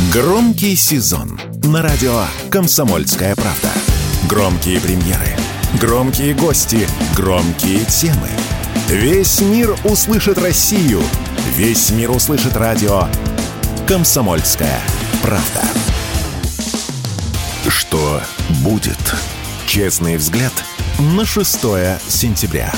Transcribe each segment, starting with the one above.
Громкий сезон на радио «Комсомольская правда». Громкие премьеры, громкие гости, громкие темы. Весь мир услышит Россию. Весь мир услышит радио «Комсомольская правда». Что будет? Честный взгляд на 6 сентября.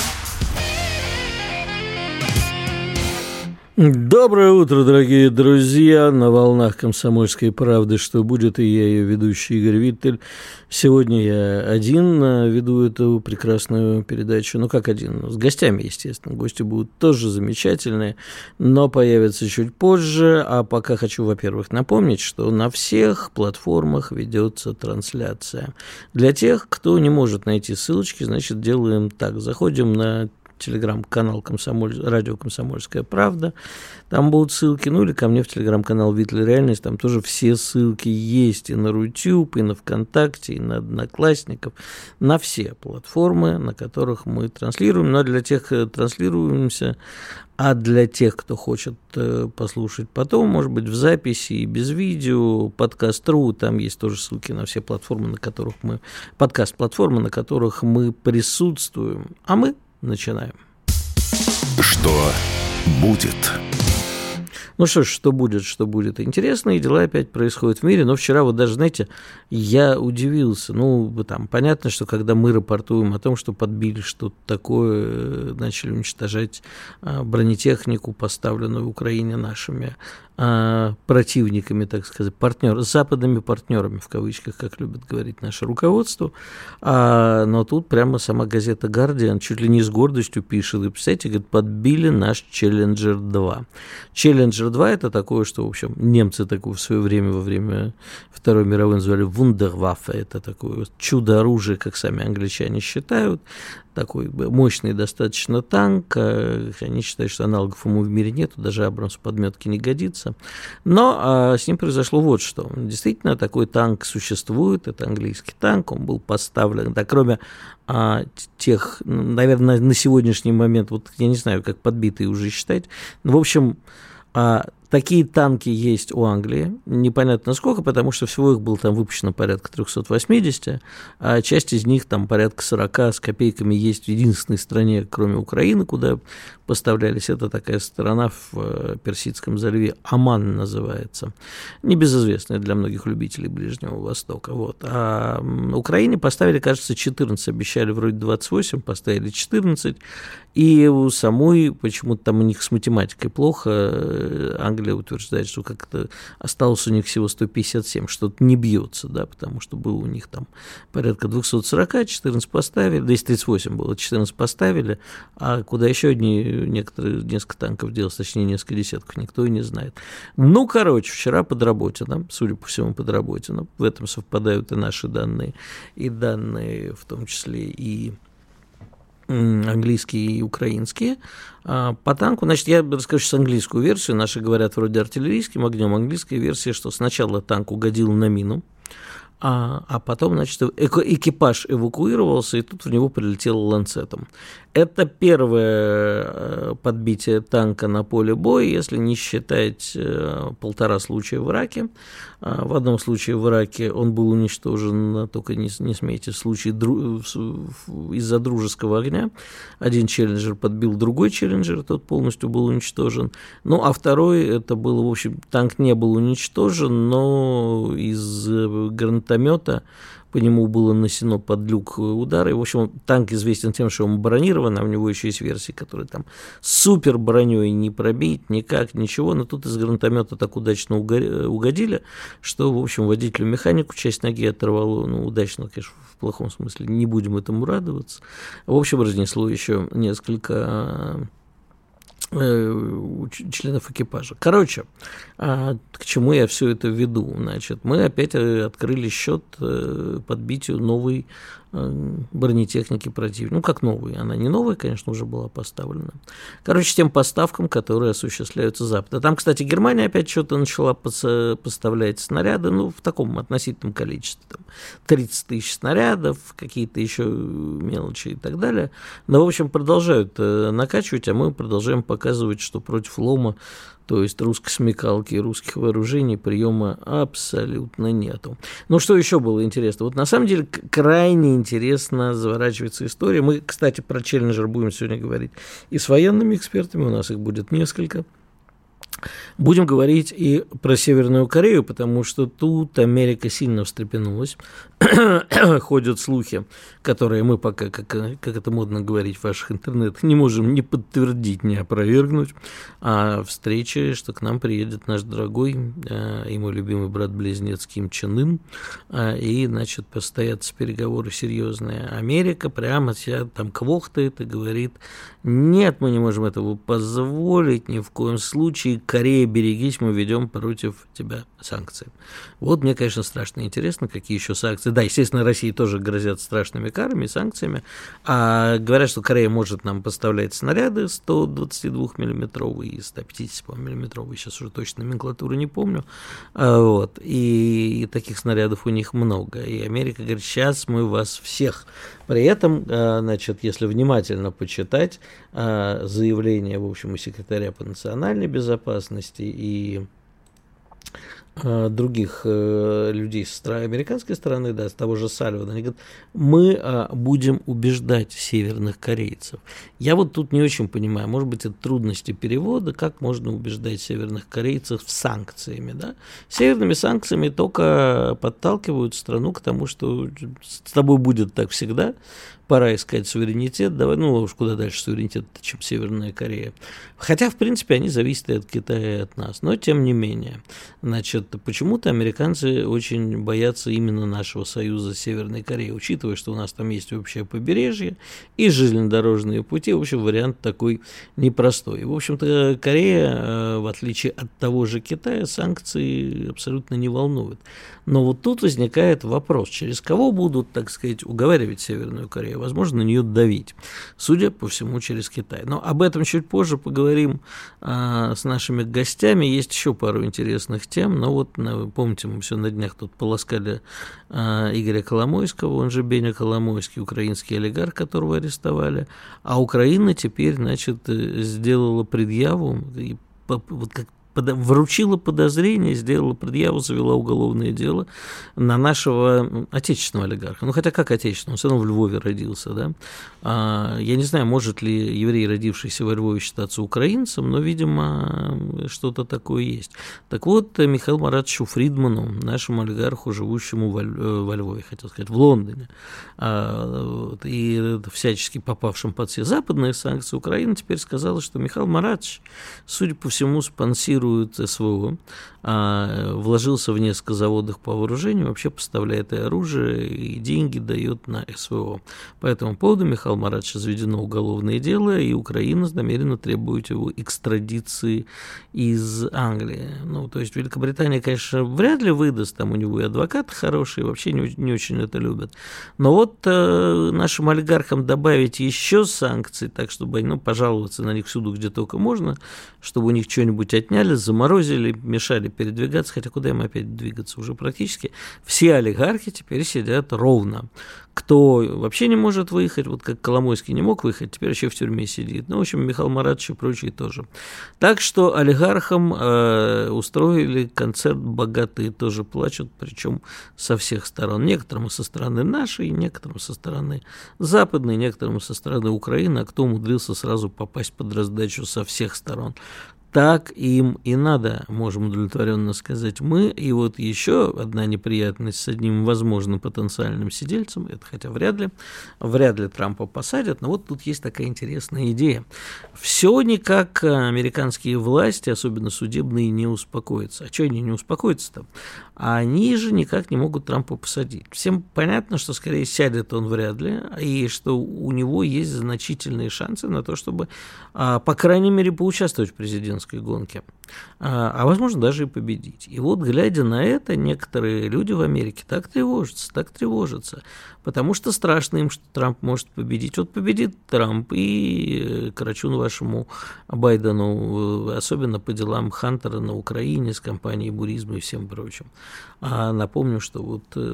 Доброе утро, дорогие друзья! На волнах «Комсомольской правды» «Что будет?» И я, ее ведущий Игорь Виттель. Сегодня я один веду эту прекрасную передачу. Ну, как один? С гостями, естественно. Гости будут тоже замечательные, но появятся чуть позже. А пока хочу, во-первых, напомнить, что на всех платформах ведется трансляция. Для тех, кто не может найти ссылочки, значит, делаем так. Заходим на телеграм-канал радио «Комсомольская правда», там будут ссылки, ну или ко мне в телеграм-канал «Виттель Реальность», там тоже все ссылки есть и на Рутюб, и на ВКонтакте, и на Одноклассников, на все платформы, на которых мы транслируем, но для тех, кто транслируемся, а для тех, кто хочет послушать потом, может быть, в записи и без видео, подкаст.ру, там есть тоже ссылки на все платформы, на которых мы, подкаст-платформы, на которых мы присутствуем, а мы начинаем. Что будет? Ну что ж, что будет. Интересные дела опять происходят в мире, но вчера вот даже, знаете, я удивился. Ну, там понятно, что когда мы рапортуем о том, что подбили что-то такое, начали уничтожать бронетехнику, поставленную в Украине нашими противниками, так сказать, западными партнерами, в кавычках, как любит говорить наше руководство. Но тут прямо сама газета «Гардиан» чуть ли не с гордостью пишет, и, представляете, говорит, подбили наш «Челленджер-2». «Челленджер-2» — это такое, что, в общем, немцы такое в свое время, во время Второй мировой называли «Вундерваффе», это такое чудо-оружие, как сами англичане считают, такой мощный достаточно танк, они считают, что аналогов ему в мире нету, даже Абрамс в подметке не годится, но с ним произошло вот что. Действительно, такой танк существует, это английский танк, он был поставлен, да, кроме тех, наверное, на сегодняшний момент, вот я не знаю, как подбитые уже считать, но, в общем, такие танки есть у Англии, непонятно сколько, потому что всего их было там выпущено порядка 380, а часть из них, там порядка 40 с копейками, есть в единственной стране, кроме Украины, куда поставлялись. Это такая страна в Персидском заливе, Оман называется, небезызвестная для многих любителей Ближнего Востока. Вот. А Украине поставили, кажется, 14, обещали вроде 28, поставили 14, и у самой, почему-то там у них с математикой плохо, Англия утверждает, что как-то осталось у них всего 157, что-то не бьется, да, потому что было у них там порядка 240, 14 поставили, да, из 38 было, 14 поставили, а куда еще несколько танков делось, точнее, несколько десятков, никто и не знает. Ну, короче, вчера под работе, да, судя по всему, под работе, но в этом совпадают и наши данные, и данные в том числе и английские и украинские. По танку, значит, я расскажу сейчас английскую версию. Наши говорят вроде артиллерийским огнем. Английская версия, что сначала танк угодил на мину, а потом, значит, экипаж эвакуировался, и тут в него прилетело ланцетом. Это первое подбитие танка на поле боя, если не считать 1,5 случая в Ираке. В одном случае в Ираке он был уничтожен, только не смейте, в случае из-за дружеского огня. Один челленджер подбил другой челленджер, тот полностью был уничтожен. Ну, а второй, это был, в общем, танк не был уничтожен, но из гранатомета по нему было нанесено под люк удары. В общем, танк известен тем, что он бронирован, а у него еще есть версии, которые там супер броней не пробить, никак, ничего. Но тут из гранатомета так удачно угодили, что, в общем, водителю-механику часть ноги оторвало. Ну, удачно, конечно, в плохом смысле, не будем этому радоваться. В общем, разнесло еще несколько членов экипажа. Короче, к чему я все это веду? Значит, мы опять открыли счет подбитию новой бронетехники противника. Ну, как новой, она не новая, конечно, уже была поставлена. Короче, тем поставкам, которые осуществляются Запада. Там, кстати, Германия опять что-то начала поставлять снаряды, ну, в таком относительном количестве. Там 30 тысяч снарядов, какие-то еще мелочи и так далее. Но, в общем, продолжают накачивать, а мы продолжаем показывать, что против лома То есть русской смекалки и русских вооружений приема абсолютно нету. Ну, что еще было интересно? Вот на самом деле крайне интересно заворачивается история. Мы, кстати, про Челленджер будем сегодня говорить и с военными экспертами, у нас их будет несколько. Будем говорить и про Северную Корею, потому что тут Америка сильно встрепенулась. Ходят слухи, которые мы пока, как это модно говорить в ваших интернетах, не можем ни подтвердить, ни опровергнуть. А встреча, что к нам приедет наш дорогой и мой любимый брат-близнец Ким Чен Ын, и, значит, постоятся переговоры серьезные. Америка прямо себя там квохтает и говорит: нет, мы не можем этого позволить ни в коем случае. Корея, берегись, мы ведем против тебя санкции. Вот мне, конечно, страшно интересно, какие еще санкции. Да, естественно, России тоже грозят страшными карами и санкциями. А говорят, что Корея может нам поставлять снаряды 122-миллиметровые и 150-миллиметровые, сейчас уже точно номенклатуру не помню. Вот. И таких снарядов у них много. И Америка говорит: сейчас мы вас всех. При этом, значит, если внимательно почитать заявление, в общем, и секретаря по национальной безопасности, и других людей со американской стороны, да, с того же Сальвана, они говорят: мы будем убеждать северных корейцев. Я вот тут не очень понимаю, может быть, это трудности перевода, как можно убеждать северных корейцев санкциями, да? Северными санкциями только подталкивают страну к тому, что с тобой будет так всегда, пора искать суверенитет, давай, ну уж куда дальше суверенитет, чем Северная Корея. Хотя, в принципе, они зависят и от Китая, и от нас, но тем не менее. Значит, почему-то американцы очень боятся именно нашего союза с Северной Кореей, учитывая, что у нас там есть общее побережье и железнодорожные пути. В общем, вариант такой непростой. В общем-то, Корея, в отличие от того же Китая, санкции абсолютно не волнуют. Но вот тут возникает вопрос, через кого будут, так сказать, уговаривать Северную Корею, возможно, на нее давить, судя по всему, через Китай. Но об этом чуть позже поговорим с нашими гостями. Есть еще пару интересных тем, но вот, помните, мы все на днях тут полоскали Игоря Коломойского, он же Беня Коломойский, украинский олигарх, которого арестовали, а Украина теперь, значит, сделала предъяву, и вот как вручила подозрение, сделала предъяву, завела уголовное дело на нашего отечественного олигарха. Ну, хотя как отечественного, он все равно в Львове родился, да. Я не знаю, может ли еврей, родившийся во Львове, считаться украинцем, но, видимо, что-то такое есть. Так вот, Михаилу Маратовичу Фридману, нашему олигарху, живущему во Львове, хотел сказать, в Лондоне, и всячески попавшим под все западные санкции, Украина теперь сказала, что Михаил Маратович, судя по всему, спонсирует СВО, вложился в несколько заводов по вооружению, вообще поставляет и оружие, и деньги дает на СВО. По этому поводу Михаил Маратович заведено уголовное дело, и Украина намерена требовать его экстрадиции из Англии. Ну, то есть Великобритания, конечно, вряд ли выдаст, там у него и адвокаты хорошие, вообще не очень это любят. Но вот нашим олигархам добавить еще санкций, так чтобы они, пожаловаться на них всюду, где только можно, чтобы у них что-нибудь отняли, заморозили, мешали передвигаться, хотя куда им опять двигаться? Уже практически все олигархи теперь сидят ровно. Кто вообще не может выехать, вот как Коломойский не мог выехать, теперь еще в тюрьме сидит. Ну, в общем, Михаил Маратович и прочие тоже. Так что олигархам устроили концерт, богатые тоже плачут, причем со всех сторон. Некоторым со стороны нашей, некоторым со стороны западной, некоторым со стороны Украины, а кто умудрился сразу попасть под раздачу со всех сторон. Так им и надо, можем удовлетворенно сказать мы. И вот еще одна неприятность с одним возможным потенциальным сидельцем, это хотя вряд ли Трампа посадят, но вот тут есть такая интересная идея. Все никак американские власти, особенно судебные, не успокоятся. А что они не успокоятся-то? Они же никак не могут Трампа посадить. Всем понятно, что скорее сядет он вряд ли, и что у него есть значительные шансы на то, чтобы, по крайней мере, поучаствовать в президентской гонке, а возможно даже и победить. И вот, глядя на это, некоторые люди в Америке так тревожатся, потому что страшно им, что Трамп может победить. Вот победит Трамп, и карачун вашему Байдену, особенно по делам Хантера на Украине с компанией Буризма и всем прочим. А напомню, что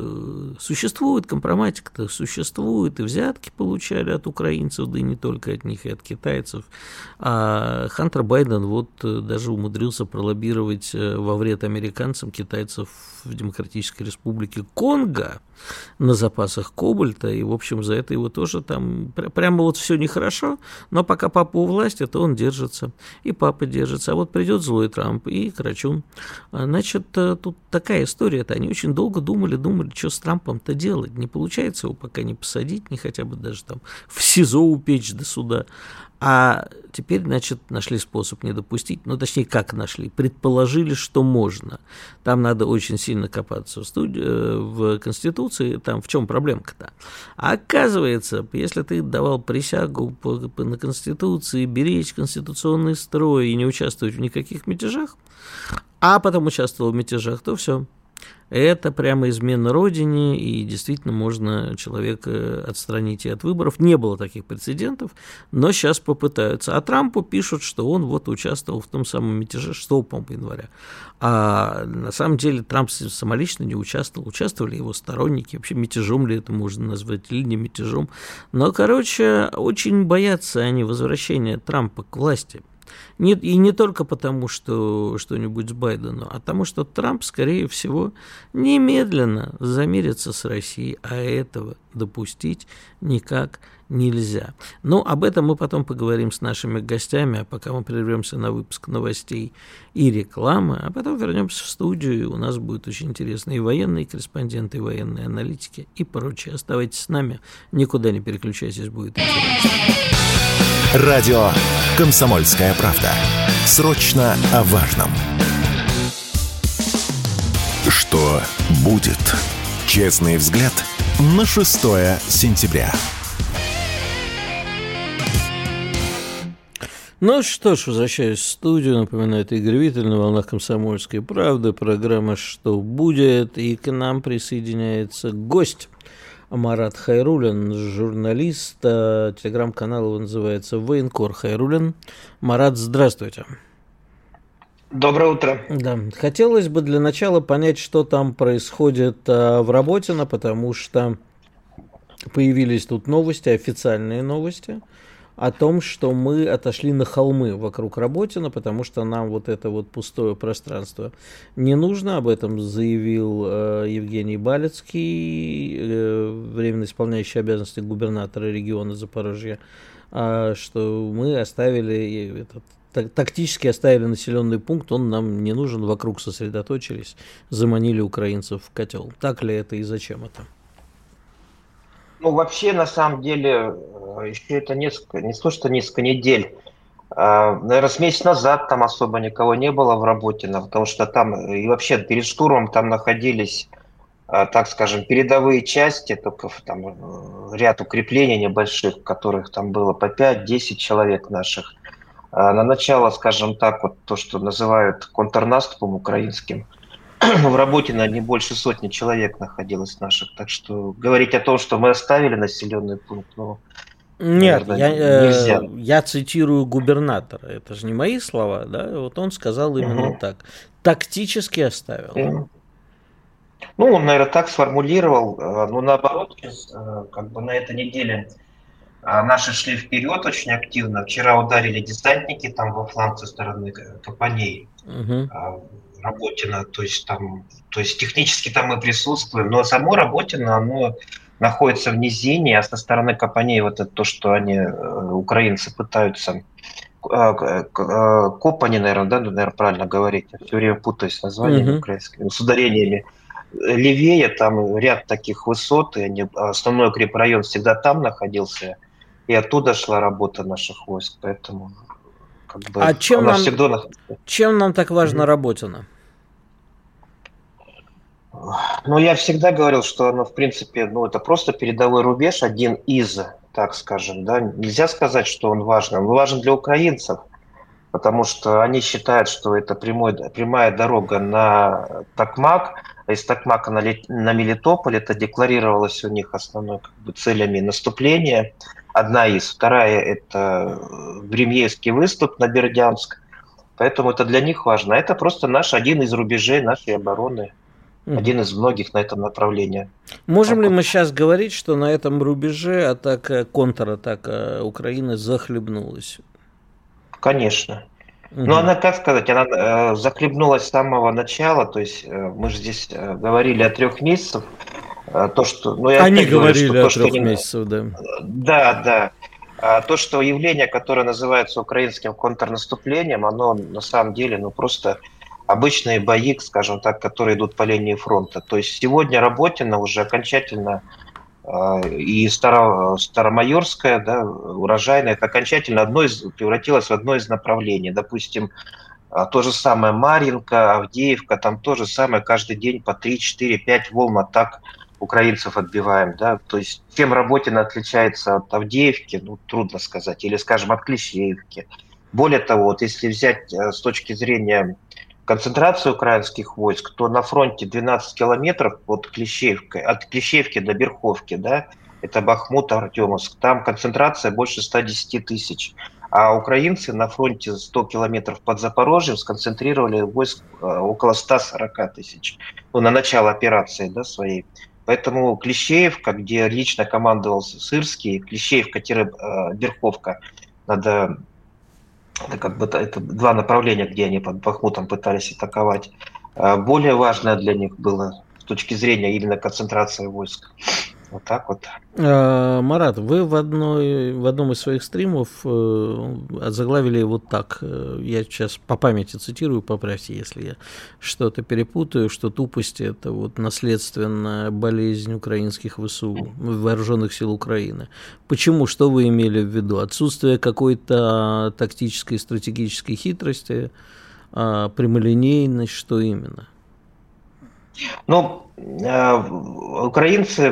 вот существует компроматика-то, существует, и взятки получали от украинцев, да и не только от них, и от китайцев. А Хантер Байден вот даже умудрился пролоббировать во вред американцам китайцев в Демократической Республике Конго на запасах кобальта, и, в общем, за это его тоже там прямо вот все нехорошо, но пока папа у власти, то он держится, и папа держится, а вот придет злой Трамп и Крачун. Значит, тут такая история-то, они очень долго думали, что с Трампом-то делать, не получается его пока не посадить, не хотя бы даже там в СИЗО упечь до суда. А теперь, значит, нашли способ не допустить, ну, точнее, как нашли, предположили, что можно. Там надо очень сильно копаться в Конституции, там в чем проблемка-то? А оказывается, если ты давал присягу на Конституции беречь конституционный строй и не участвовать в никаких мятежах, а потом участвовал в мятежах, то все. Это прямо измена родине, и действительно можно человека отстранить и от выборов. Не было таких прецедентов, но сейчас попытаются. А Трампу пишут, что он вот участвовал в том самом мятеже 6 января. А на самом деле Трамп самолично не участвовал. Участвовали его сторонники. Вообще мятежом ли это можно назвать или не мятежом. Но, короче, очень боятся они возвращения Трампа к власти. Нет, и не только потому, что что-нибудь с Байденом, а потому что Трамп, скорее всего, немедленно замирится с Россией, а этого допустить никак нельзя. Но об этом мы потом поговорим с нашими гостями, а пока мы прервемся на выпуск новостей и рекламы, а потом вернемся в студию, и у нас будут очень интересные военные корреспонденты, военные аналитики и прочее. Оставайтесь с нами, никуда не переключайтесь, будет интересно. Радио «Комсомольская правда». Срочно о важном. Что будет? Честный взгляд на 6 сентября. Ну что ж, возвращаюсь в студию. Напоминаю, это Игорь Виттель на волнах «Комсомольской правды». Программа «Что будет?» И к нам присоединяется гость. Марат Хайруллин, журналист, телеграм-канал его называется «Военкор Хайруллин». Марат, здравствуйте. Доброе утро. Да, хотелось бы для начала понять, что там происходит в Работино, потому что появились тут новости, официальные новости, о том, что мы отошли на холмы вокруг Работино, потому что нам вот это вот пустое пространство не нужно. Об этом заявил Евгений Балецкий, временно исполняющий обязанности губернатора региона Запорожья, что мы оставили тактически оставили населенный пункт, он нам не нужен, вокруг сосредоточились, заманили украинцев в котел. Так ли это и зачем это? Ну, вообще, на самом деле, еще это не то, что несколько недель. Наверное, с месяц назад там особо никого не было в Работино, потому что там и вообще перед штурмом там находились, так скажем, передовые части, только там ряд укреплений небольших, которых там было по 5-10 человек наших. На начало, скажем так, вот то, что называют контрнаступом украинским, в Работино не больше сотни человек находилось наших. Так что говорить о том, что мы оставили населенный пункт, нет, наверное, нельзя. Я цитирую губернатора. Это же не мои слова, да? Вот он сказал именно так. Тактически оставил. Ну, он, наверное, так сформулировал. Но наоборот, как бы на этой неделе наши шли вперед очень активно. Вчера ударили десантники там во фланг со стороны Капаней. Работино, то есть технически там мы присутствуем, но само Работино, оно находится в низине, а со стороны Капаней вот это то, что они, украинцы, пытаются, Копани, наверное, правильно говорить, я все время путаюсь с названиями украинскими, с ударениями. Левее там ряд таких высот, и основной укрепрайон всегда там находился, и оттуда шла работа наших войск, поэтому... А чем нам так важно Работино? Ну, я всегда говорил, что оно, в принципе, это просто передовой рубеж, один из, так скажем, да. Нельзя сказать, что он важен. Он важен для украинцев, потому что они считают, что это прямая дорога на Токмак, а из Токмака на Мелитополь. Это декларировалось у них основной целями наступления. Одна из. Вторая – это Времьевский выступ на Бердянск. Поэтому это для них важно. Это просто один из рубежей нашей обороны. Один из многих на этом направлении. Можем ли мы сейчас говорить, что на этом рубеже контратака Украины захлебнулась? Конечно. Но она, как сказать, она захлебнулась с самого начала, то есть мы же здесь говорили о 3 месяцах, то, что, ну, я Они опять говорю, что говорили о то, что 3 месяцах, да. Да, да. То, что явление, которое называется украинским контрнаступлением, оно на самом деле, ну, просто обычные бои, скажем так, которые идут по линии фронта. То есть сегодня Работино уже окончательно и Старомайорская, да, Урожайная, это окончательно превратилось в одно из направлений. Допустим, то же самое Марьинка, Авдеевка, там то же самое каждый день по 3, 4, 5 волн атак украинцев отбиваем, да, то есть чем Работино отличается от Авдеевки, ну, трудно сказать, или, скажем, от Клещеевки. Более того, вот если взять с точки зрения концентрации украинских войск, то на фронте 12 километров от Клещеевки до Берховки, да, это Бахмут, Артемовск, там концентрация больше 110 тысяч. А украинцы на фронте 100 километров под Запорожьем сконцентрировали войск около 140 тысяч, ну, на начало операции, да, своей. Поэтому Клещеевка, где лично командовал Сырский, Клещеевка-Берховка, это как бы это 2 направления, где они под Бахмутом пытались атаковать. Более важное для них было с точки зрения именно концентрации войск. Вот так вот. Марат, вы в одном из своих стримов озаглавили вот так. Я сейчас по памяти цитирую, поправьте, если я что-то перепутаю, что тупость – это вот наследственная болезнь украинских ВСУ, вооруженных сил Украины. Почему? Что вы имели в виду? Отсутствие какой-то тактической, стратегической хитрости, прямолинейность, что именно? Ну, украинцы,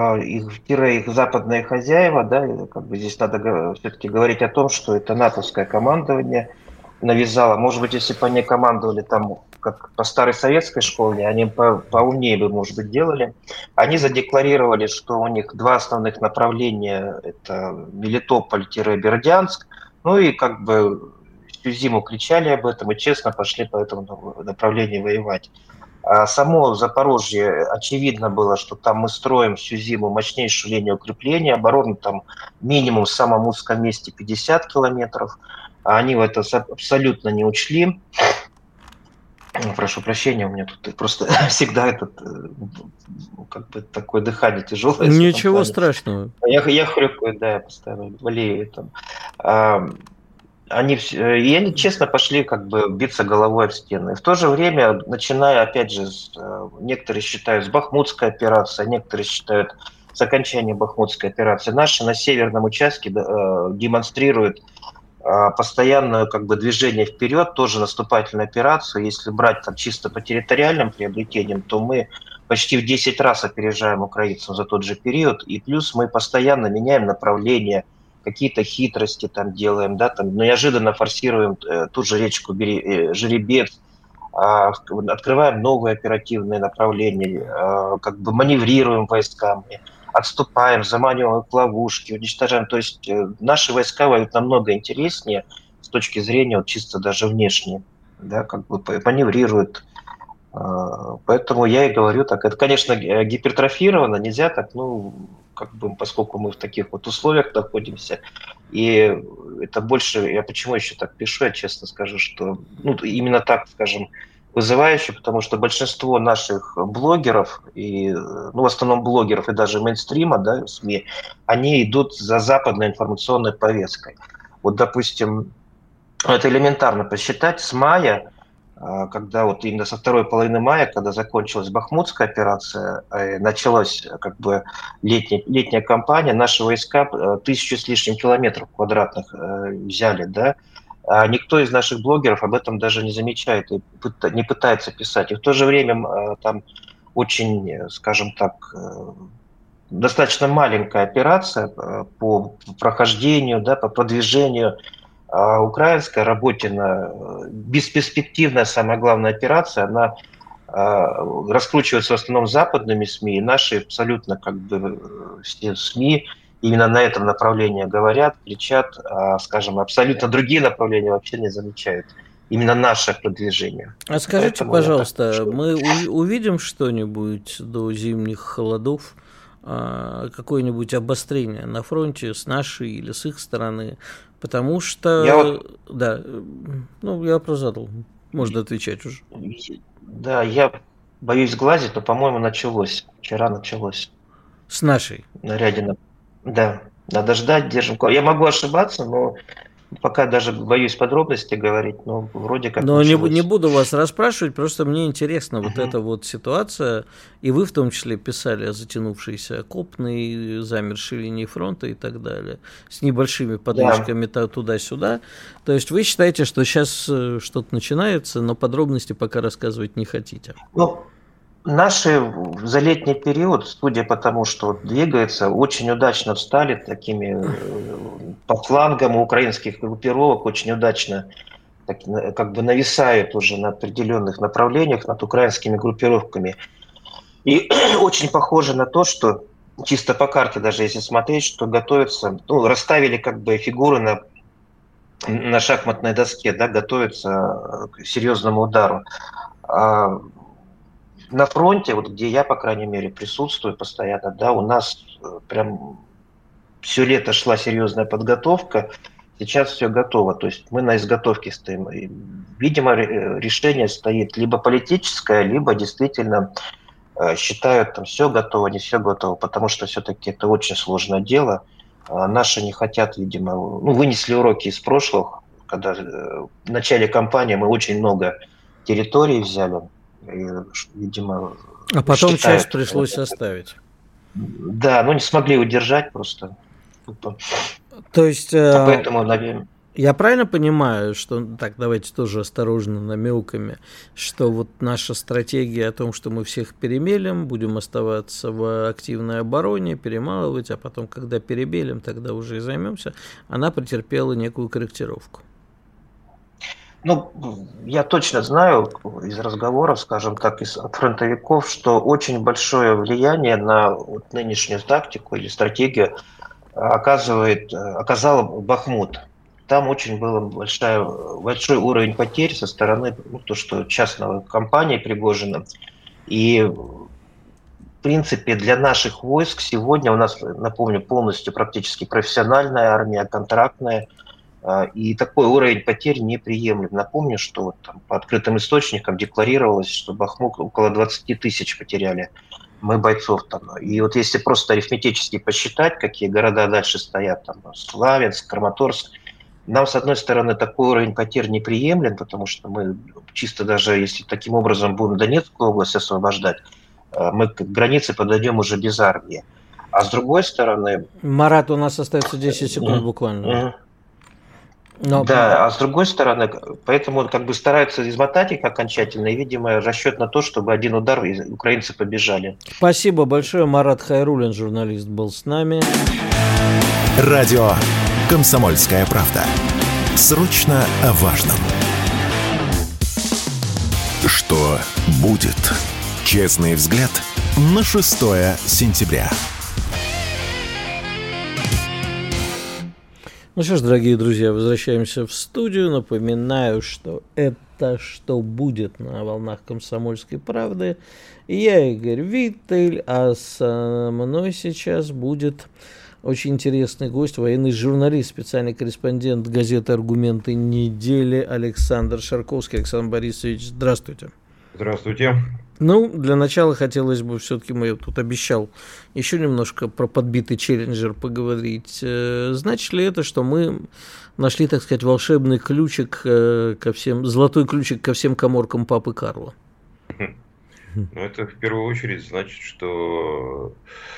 их западные хозяева, да, как бы здесь надо все-таки говорить о том, что это натовское командование навязало. Может быть, если бы они командовали там как по старой советской школе, они поумнее бы, может быть, делали. Они задекларировали, что у них 2 основных направления – это Мелитополь-Бердянск. Ну и как бы всю зиму кричали об этом и честно пошли по этому направлению воевать. А само Запорожье, очевидно было, что там мы строим всю зиму мощнейшую линию укрепления, оборону там минимум в самом узком месте 50 километров, а они в это абсолютно не учли. Прошу прощения, у меня тут просто всегда как бы такое дыхание тяжелое. Ничего страшного. Я хрюкаю, да, я постоянно болею там. Они честно пошли как бы биться головой об стены. И в то же время, начиная, опять же, некоторые считают с Бахмутской операции, некоторые считают с окончания Бахмутской операции. Наши на северном участке демонстрируют постоянное как бы движение вперед, тоже наступательную операцию. Если брать там чисто по территориальным приобретениям, то мы почти в 10 раз опережаем украинцев за тот же период. И плюс мы постоянно меняем направление, какие-то хитрости там делаем, да, там неожиданно форсируем ту же речку Жеребец, открываем новые оперативные направления, как бы маневрируем войсками, отступаем, заманиваем в ловушки, уничтожаем. То есть наши войска воюют намного интереснее с точки зрения вот, чисто даже внешне, да, как бы маневрируют. Поэтому я и говорю так. Это, конечно, гипертрофировано, нельзя так, ну, как бы, поскольку мы в таких вот условиях находимся, и это больше, я почему еще так пишу, я честно скажу, что, ну, именно так, скажем, вызывающе, потому что большинство наших блогеров, и, ну, в основном блогеров и даже мейнстрима, да, СМИ, они идут за западной информационной повесткой. Вот, допустим, это элементарно посчитать, с мая, когда вот именно со второй половины мая, когда закончилась Бахмутская операция, началась как бы летняя кампания, наши войска 1000 с лишним километров квадратных взяли, да, а никто из наших блогеров об этом даже не замечает и не пытается писать. И в то же время там очень, скажем так, достаточно маленькая операция по прохождению, да, по продвижению. А украинская Работино, бесперспективная, самая главная операция, она раскручивается в основном западными СМИ, и наши абсолютно как бы все СМИ именно на этом направлении говорят, кричат, скажем, абсолютно другие направления вообще не замечают. Именно наше продвижение. А скажите, поэтому, пожалуйста, мы увидим что-нибудь до зимних холодов? Какое-нибудь обострение на фронте с нашей или с их стороны, Потому что... Да, ну, я вопрос задал. Можно отвечать уже. Да, я боюсь сглазить, но, по-моему, началось. Вчера началось. С нашей? Нарядина. Да, надо ждать, держим. Я могу ошибаться, но пока даже боюсь подробностей говорить, но вроде как Но началось. не буду вас расспрашивать, просто мне интересна вот эта вот ситуация, и вы в том числе писали о затянувшейся окопной, замершей линии фронта и так далее, с небольшими подвижками туда-сюда. То есть вы считаете, что сейчас что-то начинается, но подробности пока рассказывать не хотите? Ну, наши за летний период, судя по тому, что двигается, очень удачно встали такими по флангам у украинских группировок, очень удачно как бы нависают уже на определенных направлениях над украинскими группировками. И очень похоже на то, что чисто по карте, даже если смотреть, что готовятся, ну, расставили как бы фигуры на шахматной доске, да, готовятся к серьезному удару. На фронте, вот где я, по крайней мере, присутствую постоянно, да, у нас прям все лето шла серьезная подготовка, сейчас все готово, то есть мы на изготовке стоим. И, видимо, решение стоит либо политическое, либо действительно считают, там все готово, не все готово, потому что все-таки это очень сложное дело. Наши не хотят, видимо, ну, вынесли уроки из прошлых, когда в начале кампании мы очень много территорий взяли. И, видимо, а потом часть пришлось оставить. Да, но не смогли удержать просто. То есть, поэтому, наверное... Я правильно понимаю, что, так, давайте тоже осторожно намеками, что вот наша стратегия о том, что мы всех перемелем, будем оставаться в активной обороне, перемалывать, а потом, когда перебелим, тогда уже и займемся, она претерпела некую корректировку? Ну, я точно знаю из разговоров, скажем так, из фронтовиков, что очень большое влияние на вот нынешнюю тактику или стратегию оказал Бахмут. Там очень был большой уровень потерь со стороны то, что частной компании Пригожина. И, в принципе, для наших войск сегодня у нас, напомню, полностью практически профессиональная армия, контрактная. И такой уровень потерь неприемлем. Напомню, что вот там по открытым источникам декларировалось, что Бахмут около 20 тысяч потеряли мы бойцов там. И вот если просто арифметически посчитать, какие города дальше стоят, там Славянск, Краматорск, нам, с одной стороны, такой уровень потерь неприемлем, потому что мы чисто даже, если таким образом будем Донецкую область освобождать, мы к границе подойдем уже без армии. А с другой стороны... Марат, у нас остается 10 секунд буквально. Но... Да, а с другой стороны, поэтому как бы стараются измотать их окончательно, и, видимо, расчет на то, чтобы один удар, и украинцы побежали. Спасибо большое. Марат Хайруллин, журналист, был с нами. Радио «Комсомольская правда». Срочно о важном. Что будет? Честный взгляд на 6 сентября. Ну что ж, дорогие друзья, возвращаемся в студию. Напоминаю, что это «Что будет» на волнах «Комсомольской правды». Я Игорь Виттель, а со мной сейчас будет очень интересный гость, военный журналист, специальный корреспондент газеты «Аргументы недели» Александр Шарковский. Александр Борисович, здравствуйте. Здравствуйте. Ну, для начала хотелось бы, все-таки мы тут обещал еще немножко про подбитый челленджер поговорить. Значит ли это, что мы нашли, так сказать, волшебный ключик ко всем, золотой ключик ко всем каморкам папы Карла? Ну, это в первую очередь значит, что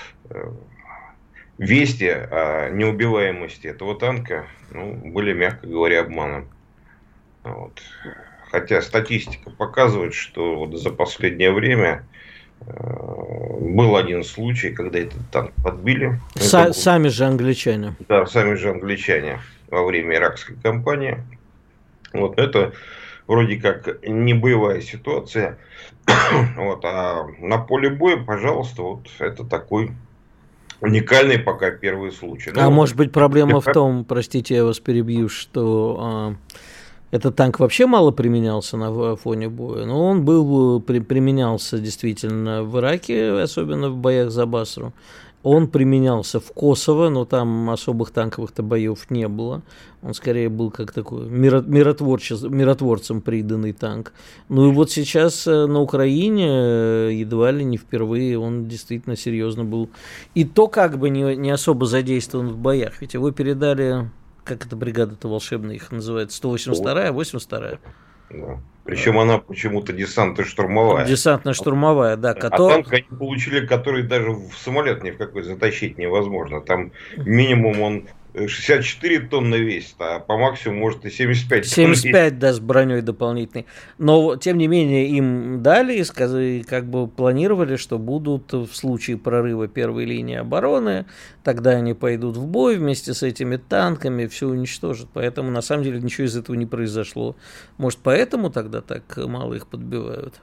вести о неубиваемости этого танка были, мягко говоря, обманом. Вот. Хотя статистика показывает, что вот за последнее время был один случай, когда этот танк подбили. Сами же англичане. Да, сами же англичане во время иракской кампании. Вот это вроде как не боевая ситуация. Вот, а на поле боя, пожалуйста, вот это такой уникальный пока первый случай. А может быть проблема в том, простите, я вас перебью, что... Этот танк вообще мало применялся на фоне боя, но он применялся действительно в Ираке, особенно в боях за Басру. Он применялся в Косово, но там особых танковых-то боев не было. Он скорее был как такой миротворцем приданный танк. Ну и вот сейчас на Украине едва ли не впервые он действительно серьезно был. И то как бы не особо задействован в боях. Ведь его передали, как эта бригада-то волшебная их называет, 182-я, 82-я. Да. Причем она почему-то десантно-штурмовая. Десантно-штурмовая, да. А танк они получили, который даже в самолет ни в какой затащить невозможно. Там минимум он 64 тонны весит, а по максимуму может и 75 тонн 75, да, с броней дополнительной. Но, тем не менее, им дали и как бы планировали, что будут в случае прорыва первой линии обороны, тогда они пойдут в бой вместе с этими танками, все уничтожат. Поэтому, на самом деле, ничего из этого не произошло. Может, поэтому тогда так мало их подбивают?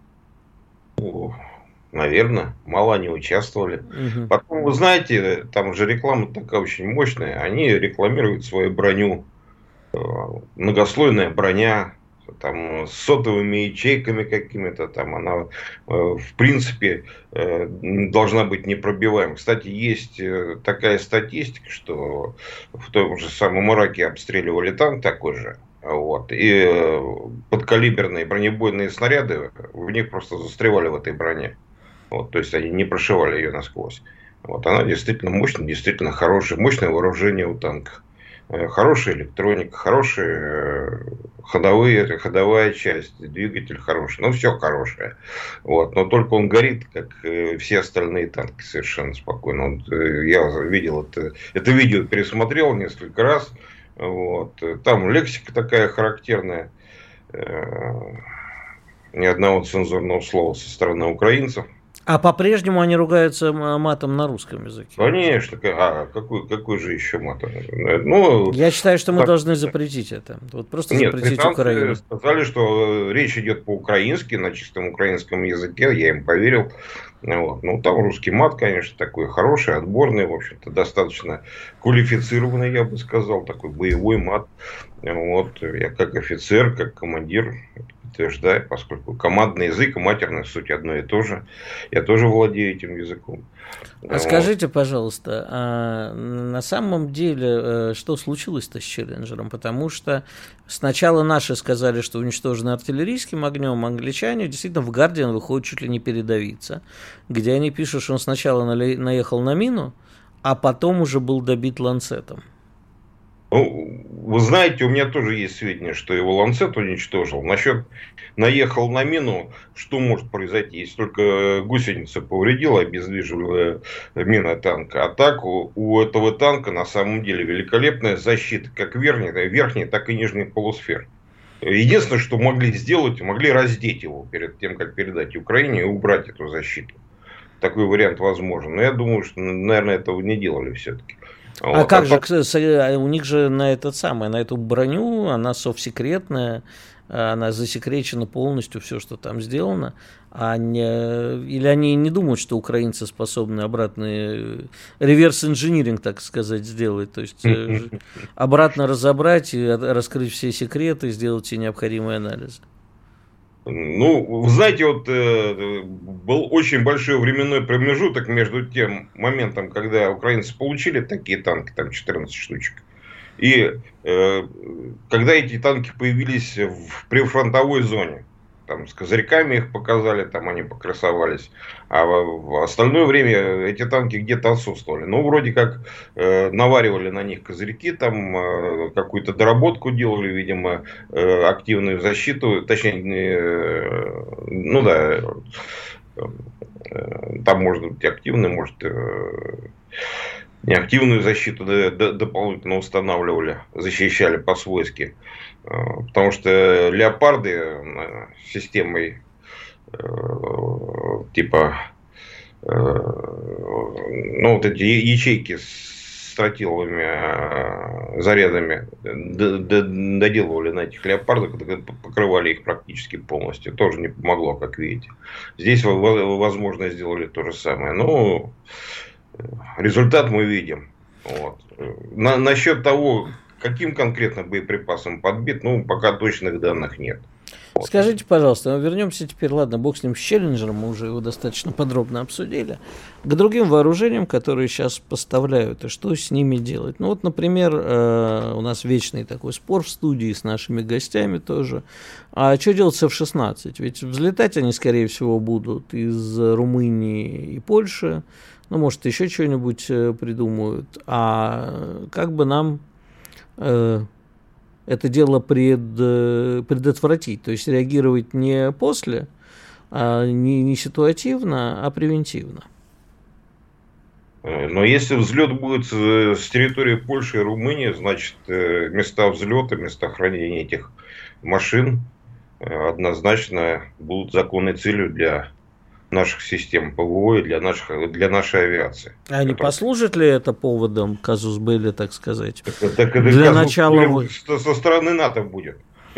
Наверное, мало они участвовали. Угу. Потом, вы знаете, там же реклама такая очень мощная. Они рекламируют свою броню. Многослойная броня, там, с сотовыми ячейками какими-то. Там она, в принципе, должна быть непробиваемой. Кстати, есть такая статистика, что в том же самом Ираке обстреливали танк такой же. Вот. И подкалиберные бронебойные снаряды в них просто застревали в этой броне. Вот, то есть они не прошивали ее насквозь. Вот, она действительно мощная, действительно хорошая, мощное вооружение у танка. Хорошая электроника, хорошая ходовая часть, двигатель хороший. Ну, все хорошее. Вот, но только он горит, как все остальные танки, совершенно спокойно. Вот, я видел это видео, пересмотрел несколько раз. Вот, там лексика такая характерная. Ни одного цензурного слова со стороны украинцев. А по-прежнему они ругаются матом на русском языке? Конечно. А какой же еще мат? Ну, я считаю, что мы должны запретить это. Вот просто запретить Украину. Сказали, что речь идет по-украински, на чистом украинском языке. Я им поверил. Вот. Ну, там русский мат, конечно, такой хороший, отборный, в общем-то, достаточно квалифицированный, я бы сказал, такой боевой мат. Вот. Я как офицер, как командир утверждаю, поскольку командный язык и матерная суть одно и то же. Я тоже владею этим языком. А скажите, пожалуйста, а на самом деле, что случилось-то с Челленджером? Потому что сначала наши сказали, что уничтожены артиллерийским огнем, англичане действительно в Guardian выходит чуть ли не передавиться, где они пишут, что он сначала наехал на мину, а потом уже был добит ланцетом. Ну, вы знаете, у меня тоже есть сведения, что его ланцет уничтожил. Насчет наехал на мину, что может произойти, если только гусеница повредила, обездвиживая мина танка. А так у этого танка на самом деле великолепная защита, как верхней, так и нижней полусфер. Единственное, что могли сделать, могли раздеть его перед тем, как передать Украине, и убрать эту защиту. Такой вариант возможен. Но я думаю, что, наверное, этого не делали все-таки. А вот, как же, у них же на эту броню, она совсекретная, она засекречена полностью, все, что там сделано. Или они не думают, что украинцы способны обратный реверс-инжиниринг, так сказать, сделать, то есть обратно разобрать и раскрыть все секреты, сделать все необходимые анализы? Ну, вы знаете, вот был очень большой временной промежуток между тем моментом, когда украинцы получили такие танки, там 14 штучек, и когда эти танки появились в прифронтовой зоне. Там с козырьками их показали, там они покрасовались. А в остальное время эти танки где-то отсутствовали. Ну, вроде как наваривали на них козырьки, там какую-то доработку делали, видимо, активную защиту. Точнее, ну да, там может быть активная, может неактивную защиту дополнительно устанавливали, защищали по-свойски. Потому что леопарды системой типа ну, вот эти ячейки с тротиловыми зарядами доделывали на этих леопардах, покрывали их практически полностью. Тоже не помогло, как видите. Здесь, возможно, сделали то же самое. Но результат мы видим. Вот. Насчет того, каким конкретно боеприпасом подбит, ну, пока точных данных нет. Скажите, пожалуйста, вернемся теперь, ладно, бог с ним, с Челленджером, мы уже его достаточно подробно обсудили, к другим вооружениям, которые сейчас поставляют, и что с ними делать. Ну вот, например, у нас вечный такой спор в студии с нашими гостями тоже. А что делать с F-16? Ведь взлетать они, скорее всего, будут из Румынии и Польши, ну, может, еще что-нибудь придумают. А как бы нам... это дело предотвратить, то есть реагировать не после, не ситуативно, а превентивно. Но если взлет будет с территории Польши и Румынии, значит, места взлета, места хранения этих машин однозначно будут законной целью для наших систем ПВО и для нашей авиации. А не послужит ли это поводом казус белли, так сказать? Так для начала со стороны НАТО будет.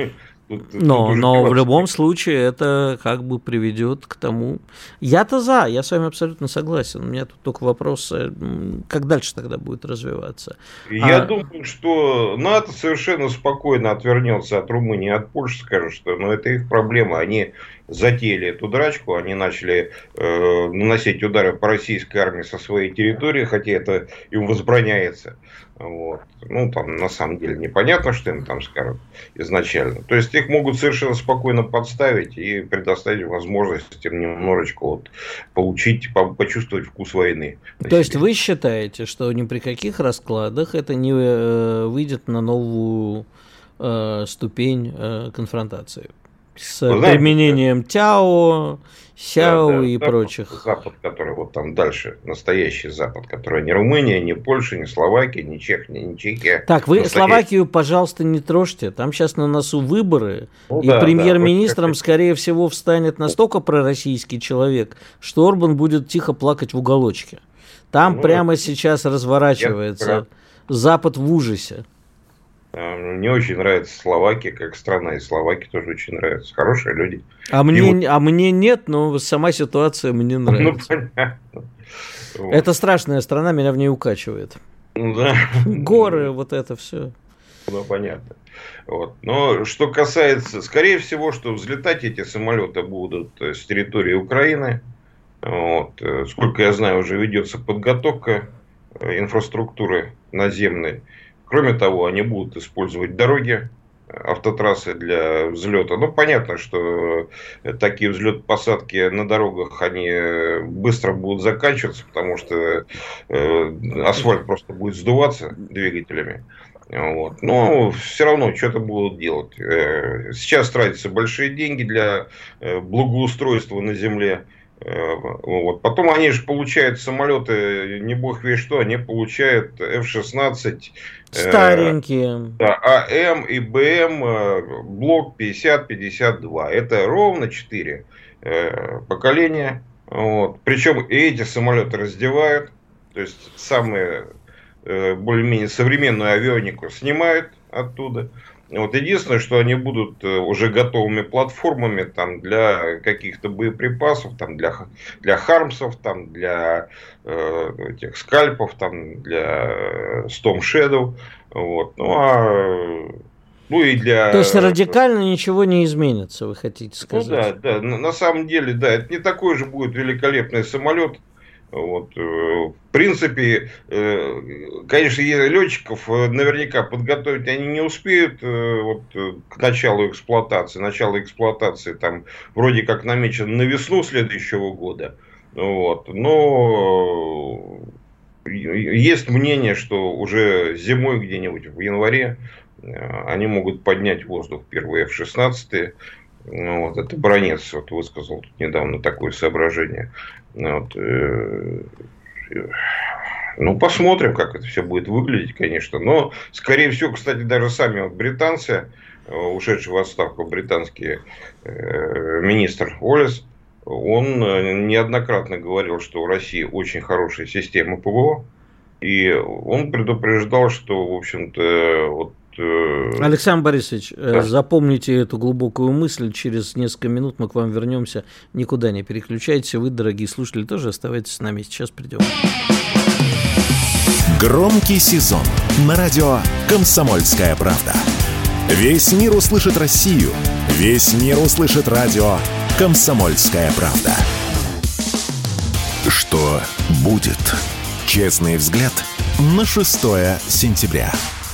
Но в любом случае это как бы приведет к тому... Я-то за, я с вами абсолютно согласен. У меня тут только вопрос, как дальше тогда будет развиваться. Я думаю, что НАТО совершенно спокойно отвернется от Румынии и от Польши, скажет, что это их проблема. Они затеяли эту драчку, они начали наносить удары по российской армии со своей территории, хотя это им возбраняется. Вот. Ну, там на самом деле непонятно, что им там скажут изначально. То есть их могут совершенно спокойно подставить и предоставить возможность им немножечко почувствовать вкус войны. То есть вы считаете, что ни при каких раскладах это не выйдет на новую ступень конфронтации? С применением ТЯО, СЯО и прочих. Запад, который вот там дальше, настоящий Запад, который не Румыния, не Польша, не Словакия, не Чехия. Так, вы Словакию, пожалуйста, не трожьте. Там сейчас на носу выборы, премьер-министром, скорее всего, встанет настолько пророссийский человек, что Орбан будет тихо плакать в уголочке. Там прямо сейчас разворачивается Запад в ужасе. Мне очень нравится Словакия как страна, и словаки тоже очень нравятся. Хорошие люди. А мне нет, но сама ситуация мне нравится. Ну, понятно. Это страшная страна, меня в ней укачивает. Да. Горы, вот это все. Ну, понятно. Вот. Но что касается, скорее всего, что взлетать эти самолеты будут с территории Украины. Вот. Сколько я знаю, уже ведется подготовка инфраструктуры наземной. Кроме того, они будут использовать дороги, автотрассы для взлета. Ну, понятно, что такие взлет-посадки на дорогах, они быстро будут заканчиваться, потому что асфальт просто будет сдуваться двигателями. Вот. Но все равно что-то будут делать. Сейчас тратятся большие деньги для благоустройства на земле. Вот. Потом они же получают самолеты, не бог весть что, они получают F-16 старенькие, АМ и БМ блок 50-52. Это ровно 4 поколения. Вот. Причем и эти самолеты раздевают, то есть самые более-менее современную авионику снимают оттуда. Вот единственное, что они будут уже готовыми платформами там, для каких-то боеприпасов, там, для хармсов, там, для этих скальпов, там, для Storm Shadow. Вот. Ну и для... То есть радикально ничего не изменится, вы хотите сказать? Ну да, на самом деле, да, это не такой же будет великолепный самолет. Вот. В принципе, конечно, летчиков наверняка подготовить они не успеют вот, к началу эксплуатации. Начало эксплуатации там вроде как намечено на весну следующего года. Вот. Но есть мнение, что уже зимой где-нибудь в январе они могут поднять в воздух первые F-16. Вот, это Бронец вот, высказал тут недавно такое соображение. Вот, ну, посмотрим, как это все будет выглядеть, конечно. Но, скорее всего, кстати, даже сами вот британцы, ушедший в отставку британский министр Уоллес, он неоднократно говорил, что у России очень хорошая система ПВО. И он предупреждал, что, в общем-то, вот Александр Борисович, запомните эту глубокую мысль. Через несколько минут мы к вам вернемся. Никуда не переключайтесь. Вы, дорогие слушатели, тоже оставайтесь с нами. Сейчас придем. Громкий сезон на радио «Комсомольская правда». Весь мир услышит Россию. Весь мир услышит радио «Комсомольская правда». Что будет? Честный взгляд на 6 сентября.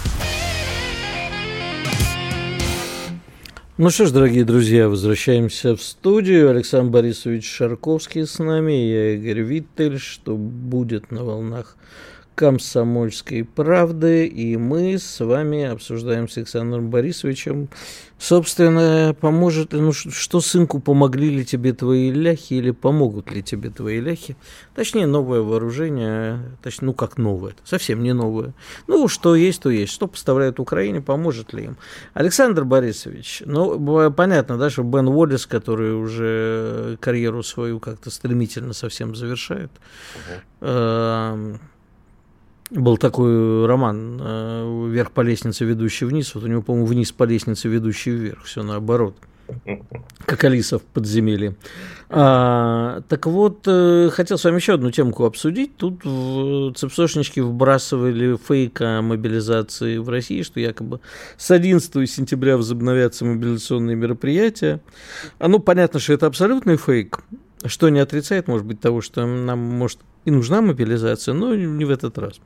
Ну что ж, дорогие друзья, возвращаемся в студию. Александр Борисович Шарковский с нами, я Игорь Виттель. Что будет на волнах «Комсомольской правды», и мы с вами обсуждаем с Александром Борисовичем, собственно, поможет ли, что сынку, помогли ли тебе твои ляхи или помогут ли тебе твои ляхи, точнее, новое вооружение, точнее, как новое, совсем не новое, что есть, то есть, что поставляют Украине, поможет ли им. Александр Борисович, понятно, да, что Бен Уоллес, который уже карьеру свою как-то стремительно совсем завершает, был такой роман «Вверх по лестнице, ведущий вниз». Вот у него, по-моему, вниз по лестнице, ведущий вверх. Все наоборот. Как Алиса в подземелье. Так вот, хотел с вами еще одну темку обсудить. Тут ЦЕПСОшнички вбрасывали фейк о мобилизации в России, что якобы с 11 сентября возобновятся мобилизационные мероприятия. Понятно, что это абсолютный фейк. Что не отрицает, может быть, того, что нам, может, и нужна мобилизация, но не в этот раз.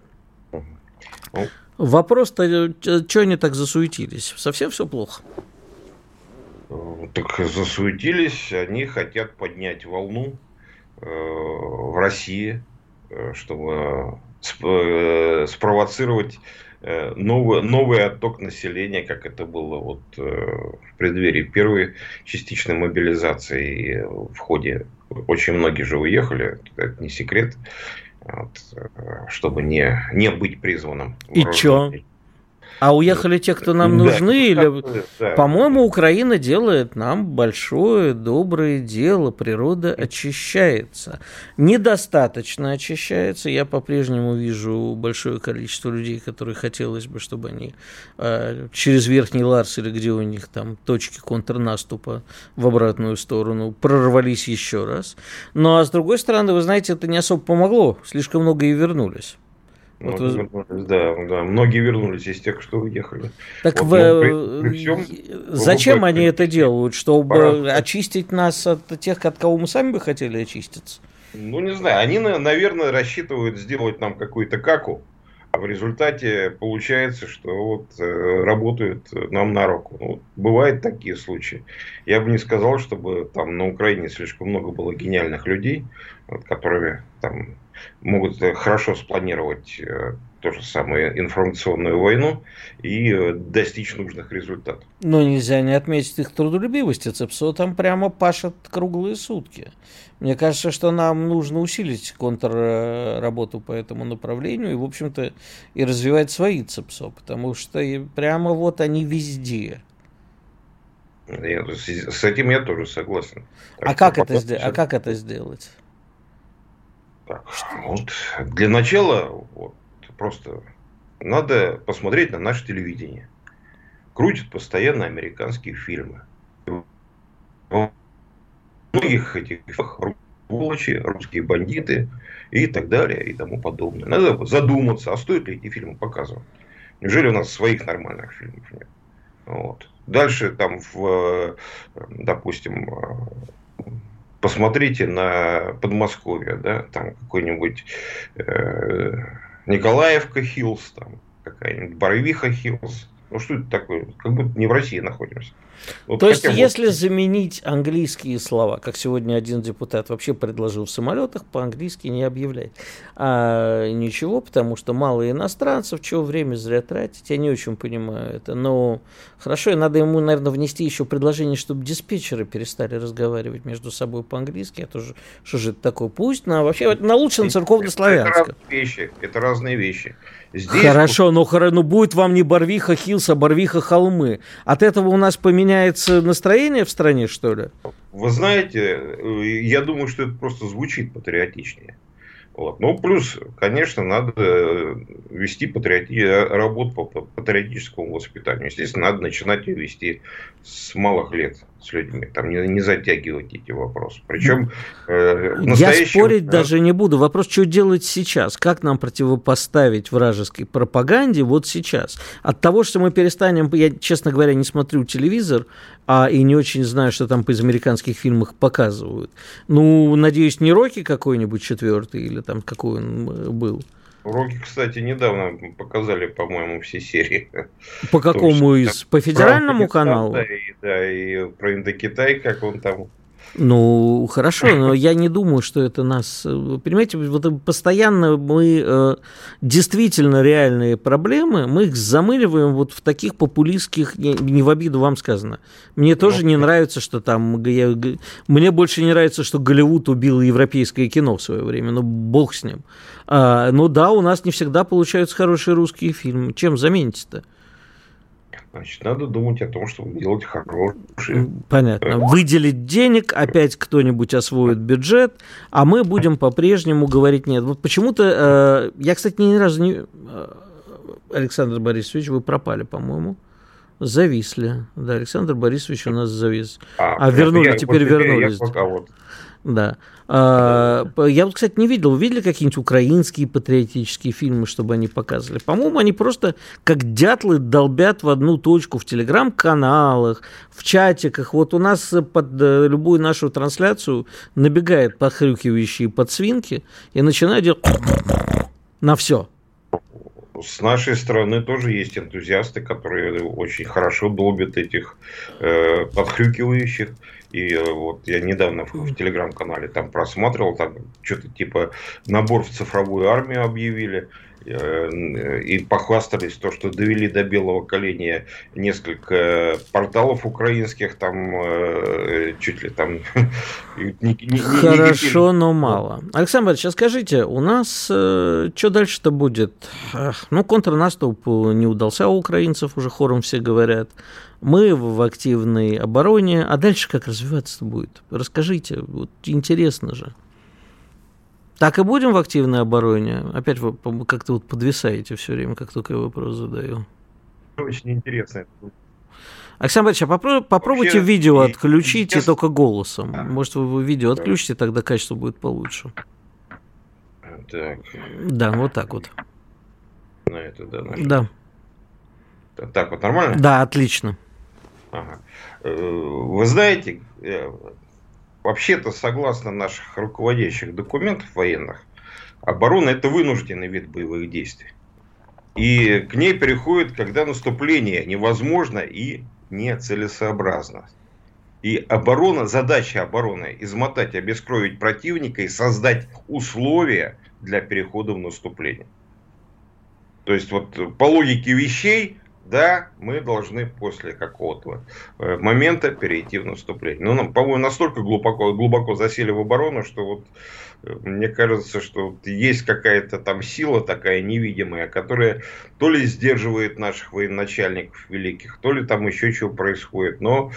Вопрос-то, что они так засуетились? Совсем все плохо? Так засуетились, они хотят поднять волну в России, чтобы спровоцировать новый отток населения, как это было в преддверии первой частичной мобилизации. В ходе очень многие же уехали, это не секрет, чтобы не быть призванным. И чё? А уехали те, кто нам нужны? Да. По-моему, Украина делает нам большое, доброе дело. Природа очищается. Недостаточно очищается. Я по-прежнему вижу большое количество людей, которые хотелось бы, чтобы они через Верхний Ларс или где у них там точки контрнаступа в обратную сторону прорвались еще раз. А с другой стороны, вы знаете, это не особо помогло. Слишком много и вернулись. Многие вернулись из тех, что уехали. Так зачем они это делают? Чтобы очистить нас от тех, от кого мы сами бы хотели очиститься? Не знаю. Они, наверное, рассчитывают сделать нам какую-то каку, а в результате получается, что работают нам на руку. Бывают такие случаи. Я бы не сказал, чтобы там на Украине слишком много было гениальных людей, которые там могут хорошо спланировать то же самое информационную войну и достичь нужных результатов. Но нельзя не отметить их трудолюбивости. ЦЕПСО там прямо пашет круглые сутки. Мне кажется, что нам нужно усилить контрработу по этому направлению и, в общем-то, и развивать свои ЦЕПСО, потому что прямо они везде. С этим я тоже согласен. А как это сделать? Для начала просто надо посмотреть на наше телевидение. Крутят постоянно американские фильмы. В многих этих сволочи, русские бандиты и так далее и тому подобное. Надо задуматься, а стоит ли эти фильмы показывать. Неужели у нас своих нормальных фильмов нет? Дальше там допустим, посмотрите на Подмосковье, да, там какой-нибудь Николаевка Хиллз, там какая-нибудь Барвиха Хиллз. Что это такое? Как будто не в России находимся. То есть, если заменить английские слова, как сегодня один депутат вообще предложил в самолетах, по-английски не объявлять. Ничего, потому что мало иностранцев, чего время зря тратить, я не очень понимаю это. Но хорошо, и надо ему, наверное, внести еще предложение, чтобы диспетчеры перестали разговаривать между собой по-английски. Это же, что же это такое? Пусть вообще на лучше на церковно-славянском. Это разные вещи. Здесь хорошо, но будет вам не Барвиха Хиллз, а Барвиха Холмы. От этого у нас поменяется настроение в стране, что ли? Вы знаете, я думаю, что это просто звучит патриотичнее. Плюс, конечно, надо вести работу по патриотическому воспитанию. Естественно, надо начинать ее вести с малых лет. с людьми, там не затягивать эти вопросы. Причем Я спорить даже не буду. Вопрос, что делать сейчас? Как нам противопоставить вражеской пропаганде вот сейчас? От того, что мы перестанем... Я, честно говоря, не смотрю телевизор, и не очень знаю, что там из американских фильмов показывают. Ну, надеюсь, не Рокки какой-нибудь 4-й или там какой он был. Рокки, кстати, недавно показали, по-моему, все серии. По какому из? По федеральному каналу? Да, и про Индокитай, как он там... Ну, хорошо, но я не думаю, что это нас... Понимаете, вот постоянно мы действительно реальные проблемы, мы их замыливаем вот в таких популистских... Не в обиду вам сказано. Мне тоже не нравится, что там... Мне больше не нравится, что Голливуд убил европейское кино в свое время. Ну, бог с ним. Ну да, у нас не всегда получаются хорошие русские фильмы. Чем замените-то? Значит, надо думать о том, чтобы делать хорошие. Понятно. Выделить денег, опять кто-нибудь освоит бюджет, а мы будем по-прежнему говорить нет. Вот почему-то... Я, кстати, ни разу не... Александр Борисович, вы пропали, по-моему. Зависли. Да, Александр Борисович у нас завис. Вернули, теперь вернулись. Я пока вот... Да. Я вот, кстати, не видел. Вы видели какие-нибудь украинские патриотические фильмы, чтобы они показывали? По-моему, они просто как дятлы долбят в одну точку в телеграм-каналах, в чатиках. Вот у нас под любую нашу трансляцию набегают подхрюкивающие подсвинки и начинают делать на все. С нашей стороны тоже есть энтузиасты, которые очень хорошо долбят этих подхрюкивающих. И вот я недавно в телеграм-канале там просматривал, там что-то типа набор в цифровую армию объявили. И похвастались то, что довели до белого коленя несколько порталов украинских, там чуть ли там... Хорошо, но мало. Александр Борисович, скажите, у нас что дальше-то будет? Ну, контрнаступ не удался у украинцев, уже хором все говорят. Мы в активной обороне. А дальше как развиваться будет? Расскажите, вот интересно же. Так и будем в активной обороне? Опять вы как-то вот подвисаете все время, как только я вопрос задаю. Очень интересно. Александр Борисович, попробуйте вообще, видео отключить и только голосом. Может, вы видео отключите, тогда качество будет получше. Так. Да, вот так вот. На это, да. Да. Так вот нормально? Да, отлично. Ага. Вы знаете, вообще-то, согласно наших руководящих документов военных, оборона – это вынужденный вид боевых действий. И к ней переходит, когда наступление невозможно и нецелесообразно. И оборона, задача обороны – измотать, обескровить противника и создать условия для перехода в наступление. То есть, вот по логике вещей, да, мы должны после какого-то момента перейти в наступление. Но, по-моему, настолько глубоко засели в оборону, что вот мне кажется, что вот есть какая-то там сила такая невидимая, которая то ли сдерживает наших военачальников великих, то ли там еще чего происходит. Но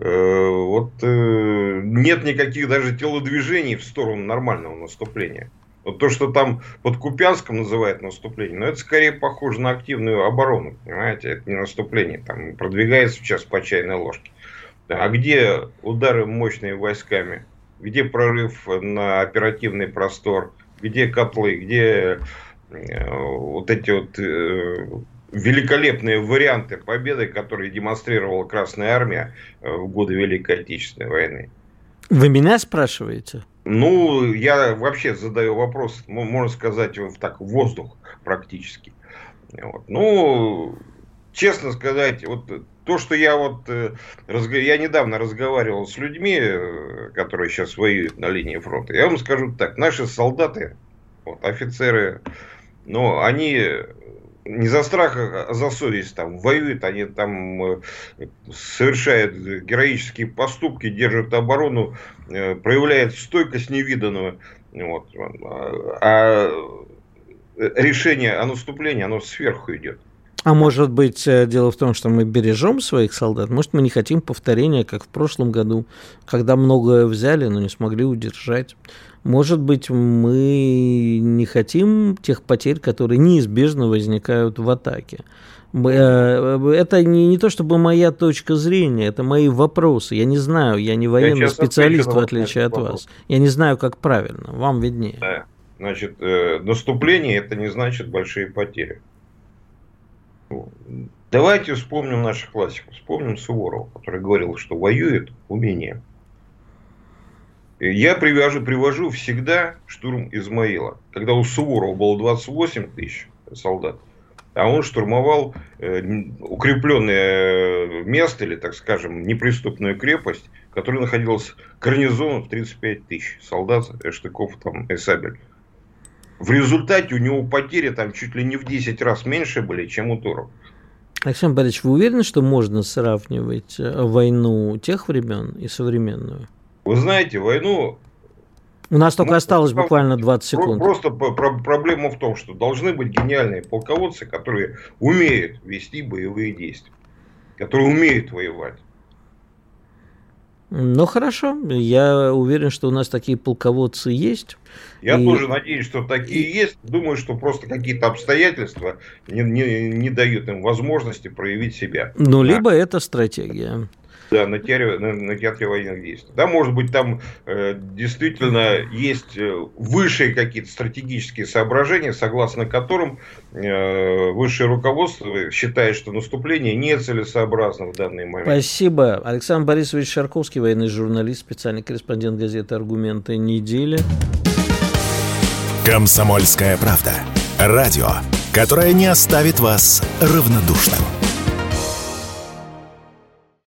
нет никаких даже телодвижений в сторону нормального наступления. Вот то, что там под Купянском называют наступлением, но это скорее похоже на активную оборону, понимаете, это не наступление, там продвигается сейчас по чайной ложке. А где удары мощными войсками, где прорыв на оперативный простор, где котлы, где вот эти вот великолепные варианты победы, которые демонстрировала Красная Армия в годы Великой Отечественной войны. Вы меня спрашиваете? Ну, я вообще задаю вопрос, можно сказать, так, в воздух практически. Вот. Ну, честно сказать, вот то, что я недавно разговаривал с людьми, которые сейчас воюют на линии фронта, я вам скажу так, наши солдаты, вот, офицеры, ну, они не за страх, а за совесть там воюют, они там совершают героические поступки, держат оборону, проявляют стойкость невиданную. Вот. А решение о наступлении, оно сверху идет. А может быть, дело в том, что мы бережем своих солдат? Может, мы не хотим повторения, как в прошлом году, когда многое взяли, но не смогли удержать? Может быть, мы не хотим тех потерь, которые неизбежно возникают в атаке? Это не то чтобы моя точка зрения, это мои вопросы. Я не знаю, я не военный специалист, в отличие от вас. Я не знаю, как правильно, вам виднее. Да. Значит, наступление – это не значит большие потери. Давайте вспомним наших классиков. Вспомним Суворова, который говорил, что воюет умение. Я привожу всегда штурм Измаила. Когда у Суворова было 28 тысяч солдат, а он штурмовал укрепленное место, или, так скажем, неприступную крепость, которая находилась гарнизоном в 35 тысяч солдат, штыков там, и сабель. В результате у него потери там чуть ли не в 10 раз меньше были, чем у турок. Александр Борисович, вы уверены, что можно сравнивать войну тех времен и современную? Вы знаете, войну... У нас только осталось буквально 20 секунд. Просто проблема в том, что должны быть гениальные полководцы, которые умеют вести боевые действия, которые умеют воевать. Ну, хорошо. Я уверен, что у нас такие полководцы есть. Я тоже надеюсь, что такие есть. Думаю, что просто какие-то обстоятельства не дают им возможности проявить себя. Ну, либо это стратегия. Да, на театре военных действий. Да, может быть, там действительно есть высшие какие-то стратегические соображения, согласно которым высшее руководство считает, что наступление нецелесообразно в данный момент. Спасибо. Александр Борисович Шарковский, военный журналист, специальный корреспондент газеты «Аргументы недели». «Комсомольская правда». Радио, которое не оставит вас равнодушным.